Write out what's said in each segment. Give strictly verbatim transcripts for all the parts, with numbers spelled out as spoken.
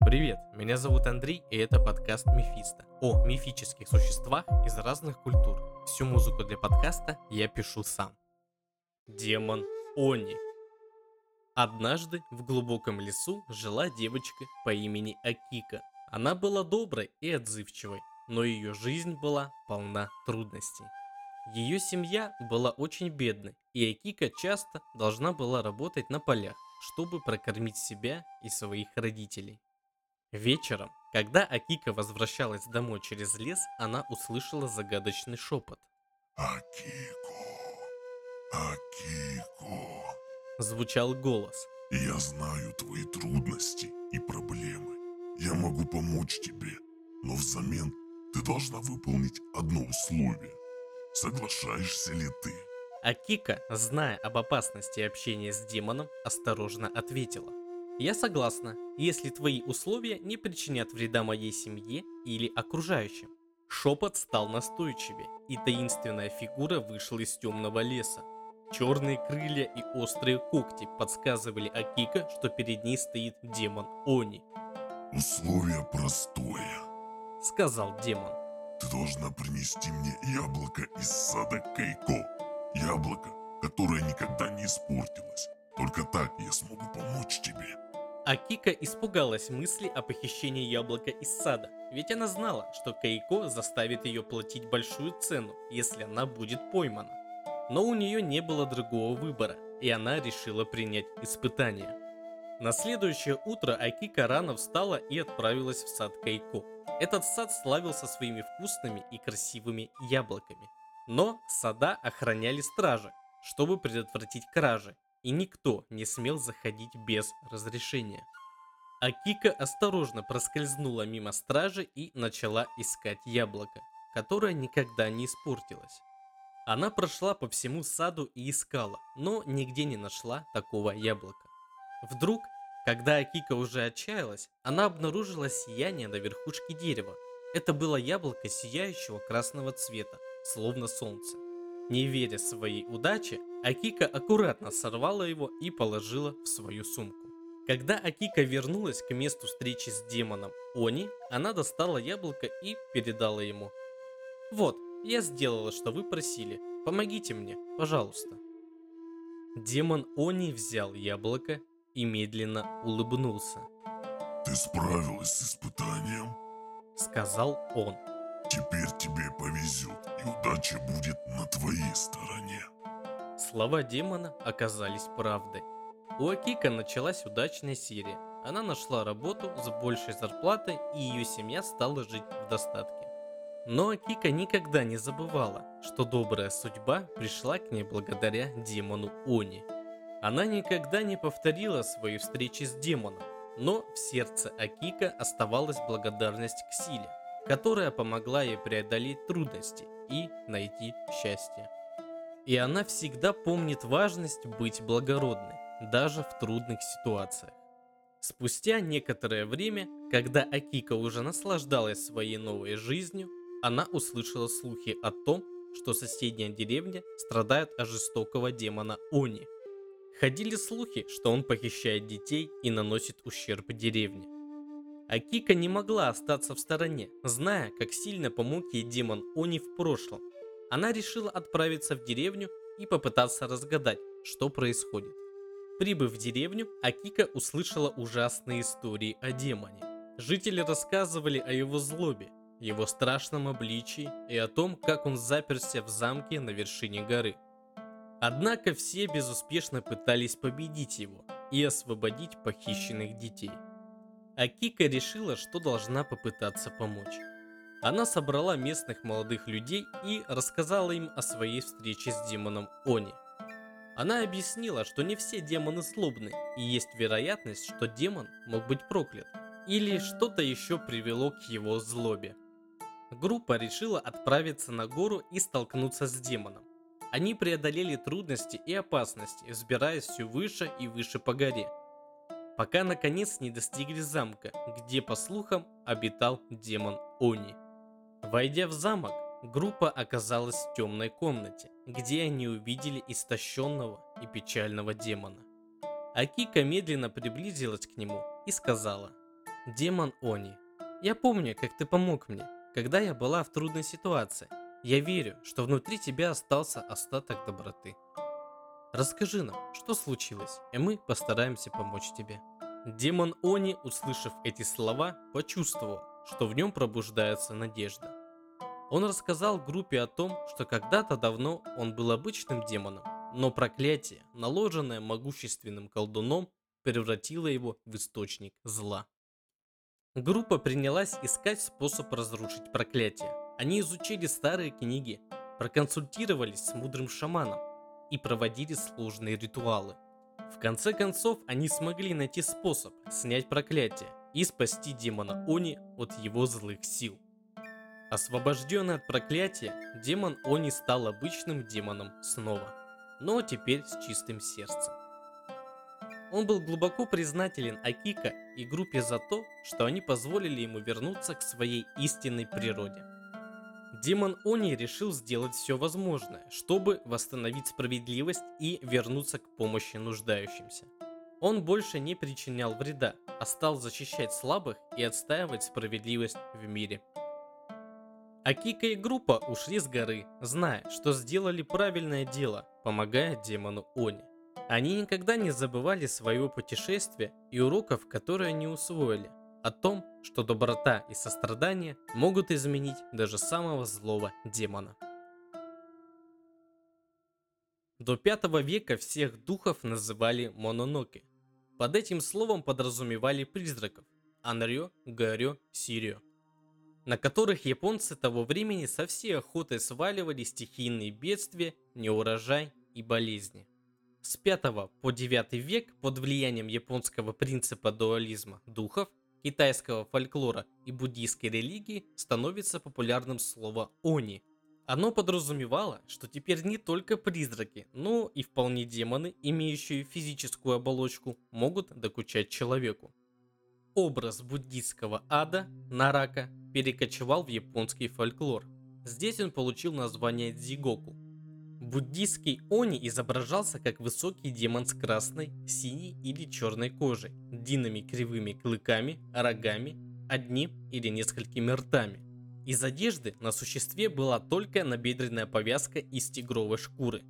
Привет, меня зовут Андрей, и это подкаст Мефисто о мифических существах из разных культур. Всю музыку для подкаста я пишу сам. Демон Они. Однажды в глубоком лесу жила девочка по имени Акика. Она была доброй и отзывчивой, но ее жизнь была полна трудностей. Ее семья была очень бедной, и Акика часто должна была работать на полях, чтобы прокормить себя и своих родителей. Вечером, когда Акика возвращалась домой через лес, она услышала загадочный шепот. Акико, Акико, Звучал голос. я знаю твои трудности и проблемы. Я могу помочь тебе, но взамен ты должна выполнить одно условие. Соглашаешься ли ты? Акика, зная об опасности общения с демоном, осторожно ответила. Я согласна, если твои условия не причинят вреда моей семье или окружающим. Шепот стал настойчивее, и таинственная фигура вышла из темного леса. Черные крылья и острые когти подсказывали Акика, что перед ней стоит демон Они. Условие простое. Сказал демон. Ты должна принести мне яблоко из сада Кейко. Яблоко, которое никогда не испортилось. Только так я смогу помочь тебе. Акика испугалась мысли о похищении яблока из сада, ведь она знала, что Кейко заставит ее платить большую цену, если она будет поймана. Но у нее не было другого выбора, и она решила принять испытание. На следующее утро Акика рано встала и отправилась в сад Кейко. Этот сад славился своими вкусными и красивыми яблоками. Но сада охраняли стражи, чтобы предотвратить кражи, и никто не смел заходить без разрешения. Акика осторожно проскользнула мимо стражи и начала искать яблоко, которое никогда не испортилось. Она прошла по всему саду и искала, но нигде не нашла такого яблока. Вдруг, когда Акика уже отчаялась, она обнаружила сияние на верхушке дерева. Это было яблоко сияющего красного цвета, словно солнце. Не веря своей удаче, Акика аккуратно сорвала его и положила в свою сумку. Когда Акика вернулась к месту встречи с демоном Они, она достала яблоко и передала ему. «Вот, я сделала, что вы просили. Помогите мне, пожалуйста». Демон Они взял яблоко и медленно улыбнулся. Ты справилась с испытанием? Сказал он. Теперь тебе повезет, и удача будет на твоей стороне. Слова демона оказались правдой. У Акика началась удачная серия. Она нашла работу с большей зарплатой, и ее семья стала жить в достатке. Но Акика никогда не забывала, что добрая судьба пришла к ней благодаря демону Они. Она никогда не повторила свои встречи с демоном, но в сердце Акика оставалась благодарность к силе, которая помогла ей преодолеть трудности и найти счастье. И она всегда помнит важность быть благородной, даже в трудных ситуациях. Спустя некоторое время, когда Акика уже наслаждалась своей новой жизнью, она услышала слухи о том, что соседняя деревня страдает от жестокого демона Они. Ходили слухи, что он похищает детей и наносит ущерб деревне. Акика не могла остаться в стороне, зная, как сильно помог ей демон Они в прошлом. Она решила отправиться в деревню и попытаться разгадать, что происходит. Прибыв в деревню, Акика услышала ужасные истории о демоне. Жители рассказывали о его злобе, его страшном обличии и о том, как он заперся в замке на вершине горы. Однако все безуспешно пытались победить его и освободить похищенных детей. Акика решила, что должна попытаться помочь. Она собрала местных молодых людей и рассказала им о своей встрече с демоном Они. Она объяснила, что не все демоны злобны, и есть вероятность, что демон мог быть проклят, или что-то еще привело к его злобе. Группа решила отправиться на гору и столкнуться с демоном. Они преодолели трудности и опасности, взбираясь все выше и выше по горе, пока наконец не достигли замка, где, по слухам, обитал демон Они. Войдя в замок, группа оказалась в темной комнате, где они увидели истощенного и печального демона. Акика медленно приблизилась к нему и сказала: Демон Они. Я помню, как ты помог мне, когда я была в трудной ситуации. Я верю, что внутри тебя остался остаток доброты. Расскажи нам, что случилось, и мы постараемся помочь тебе. Демон Они, услышав эти слова, почувствовал, что в нем пробуждается надежда. Он рассказал группе о том, что когда-то давно он был обычным демоном, но проклятие, наложенное могущественным колдуном, превратило его в источник зла. Группа принялась искать способ разрушить проклятие. Они изучили старые книги, проконсультировались с мудрым шаманом и проводили сложные ритуалы. В конце концов, они смогли найти способ снять проклятие и спасти демона Они от его злых сил. Освобожденный от проклятия, демон Они стал обычным демоном снова, но теперь с чистым сердцем. Он был глубоко признателен Акика и группе за то, что они позволили ему вернуться к своей истинной природе. Демон Они решил сделать все возможное, чтобы восстановить справедливость и вернуться к помощи нуждающимся. Он больше не причинял вреда, а стал защищать слабых и отстаивать справедливость в мире. Акика и группа ушли с горы, зная, что сделали правильное дело, помогая демону Они. Они никогда не забывали своего путешествия и уроков, которые они усвоили, о том, что доброта и сострадание могут изменить даже самого злого демона. До пятого века всех духов называли мононоке. Под этим словом подразумевали призраков – Анрё, Гарё, Сирё, на которых японцы того времени со всей охотой сваливали стихийные бедствия, неурожай и болезни. С пятого по девятый век под влиянием японского принципа дуализма духов, китайского фольклора и буддийской религии становится популярным слово «они». Оно подразумевало, что теперь не только призраки, но и вполне демоны, имеющие физическую оболочку, могут докучать человеку. Образ буддийского ада, нарака, перекочевал в японский фольклор. Здесь он получил название дзигоку. Буддийский Они изображался как высокий демон с красной, синей или черной кожей, длинными кривыми клыками, рогами, одним или несколькими ртами. Из одежды на существе была только набедренная повязка из тигровой шкуры.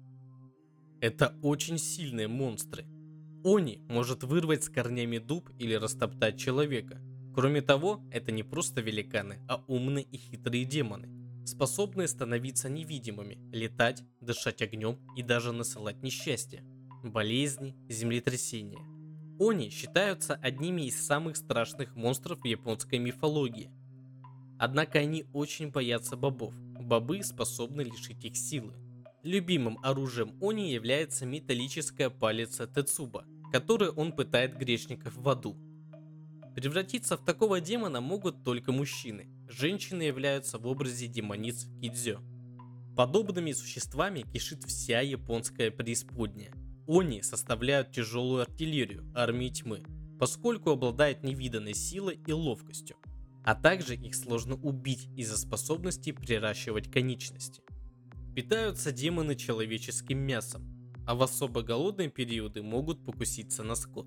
Это очень сильные монстры. Они может вырвать с корнями дуб или растоптать человека. Кроме того, это не просто великаны, а умные и хитрые демоны, способные становиться невидимыми, летать, дышать огнем и даже насылать несчастье, болезни, землетрясения. Они считаются одними из самых страшных монстров в японской мифологии. Однако они очень боятся бобов. Бобы способны лишить их силы. Любимым оружием Они является металлическая палица Тецуба, которой он пытает грешников в аду. Превратиться в такого демона могут только мужчины. Женщины являются в образе демониц Кидзё. Подобными существами кишит вся японская преисподняя. Они составляют тяжелую артиллерию армии тьмы, поскольку обладают невиданной силой и ловкостью. А также их сложно убить из-за способности приращивать конечности. Питаются демоны человеческим мясом, а в особо голодные периоды могут покуситься на скот.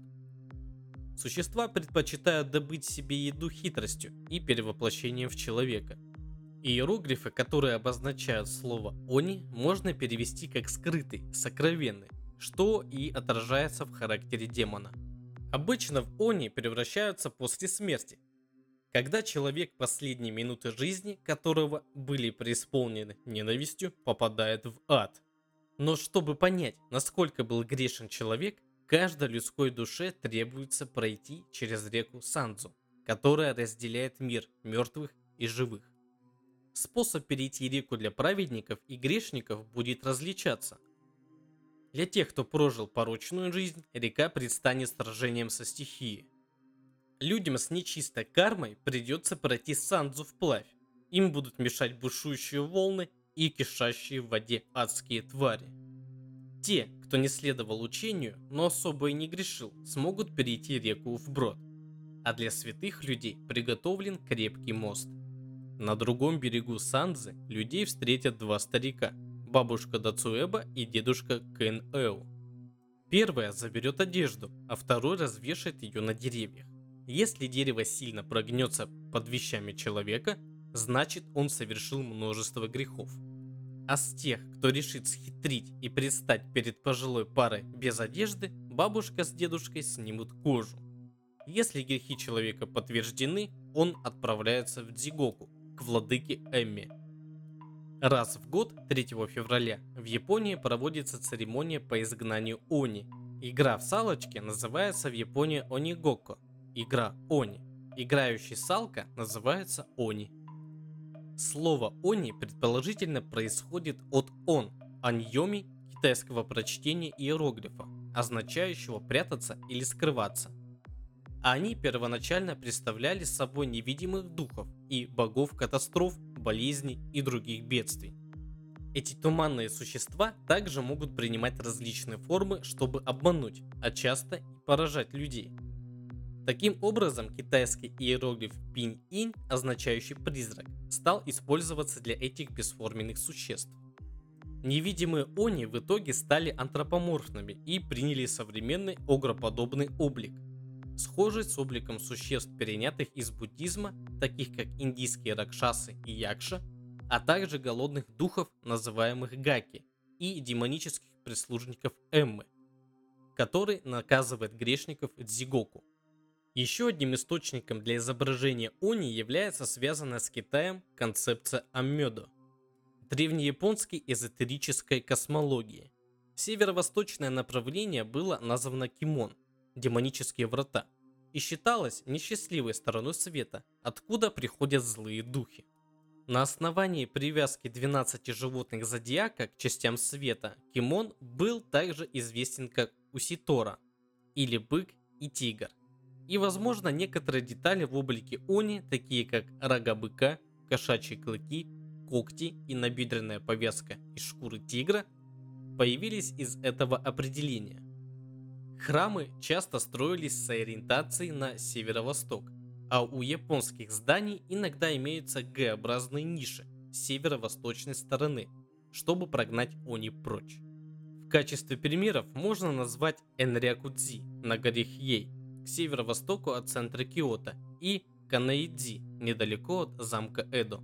Существа предпочитают добыть себе еду хитростью и перевоплощением в человека. Иероглифы, которые обозначают слово «они», можно перевести как «скрытый», «сокровенный», что и отражается в характере демона. Обычно в они превращаются после смерти, когда человек последние минуты жизни, которого были преисполнены ненавистью, попадает в ад. Но чтобы понять, насколько был грешен человек, каждой людской душе требуется пройти через реку Сандзу, которая разделяет мир мертвых и живых. Способ перейти реку для праведников и грешников будет различаться. Для тех, кто прожил порочную жизнь, река предстанет сражением со стихией. Людям с нечистой кармой придется пройти Сандзу вплавь. Им будут мешать бушующие волны и кишащие в воде адские твари. Те, кто не следовал учению, но особо и не грешил, смогут перейти реку вброд. А для святых людей приготовлен крепкий мост. На другом берегу Сандзы людей встретят два старика, бабушка Дацуэба и дедушка Кэн-Эу. Первая заберет одежду, а второй развешает ее на деревьях. Если дерево сильно прогнется под вещами человека, значит он совершил множество грехов. А с тех, кто решит схитрить и предстать перед пожилой парой без одежды, бабушка с дедушкой снимут кожу. Если грехи человека подтверждены, он отправляется в Дзигоку, к владыке Эмми. Раз в год, третьего февраля, в Японии проводится церемония по изгнанию Они. Игра в салочки называется в Японии Онигоко, игра Они. Играющий салка называется Они. Слово «они» предположительно происходит от «он», аньоми, китайского прочтения иероглифа, означающего прятаться или скрываться. Они первоначально представляли собой невидимых духов и богов катастроф, болезней и других бедствий. Эти туманные существа также могут принимать различные формы, чтобы обмануть, а часто и поражать людей. Таким образом, китайский иероглиф пинь-инь, означающий призрак, стал использоваться для этих бесформенных существ. Невидимые они в итоге стали антропоморфными и приняли современный огроподобный облик, схожий с обликом существ, перенятых из буддизма, таких как индийские ракшасы и якша, а также голодных духов, называемых гаки, и демонических прислужников Эммы, который наказывает грешников Дзигоку. Еще одним источником для изображения они является связанная с Китаем концепция Аммёдо, древнеяпонской эзотерической космологии. Северо-восточное направление было названо Кимон, демонические врата, и считалось несчастливой стороной света, откуда приходят злые духи. На основании привязки двенадцати животных зодиака к частям света, Кимон был также известен как Уситора, или бык и тигр. И, возможно, некоторые детали в облике они, такие как рога быка, кошачьи клыки, когти и набедренная повязка из шкуры тигра, появились из этого определения. Храмы часто строились с ориентацией на северо-восток, а у японских зданий иногда имеются Г-образные ниши с северо-восточной стороны, чтобы прогнать они прочь. В качестве примеров можно назвать Энрякудзи на горе Хьей, к северо-востоку от центра Киото, и Канэидзи, недалеко от замка Эдо.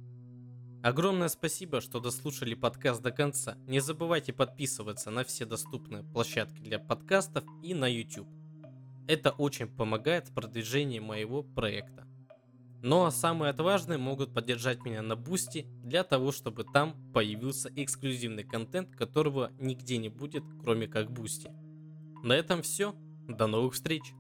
Огромное спасибо, что дослушали подкаст до конца. Не забывайте подписываться на все доступные площадки для подкастов и на YouTube. Это очень помогает в продвижении моего проекта. Ну а самые отважные могут поддержать меня на Бусти, для того, чтобы там появился эксклюзивный контент, которого нигде не будет, кроме как Бусти. На этом все. До новых встреч!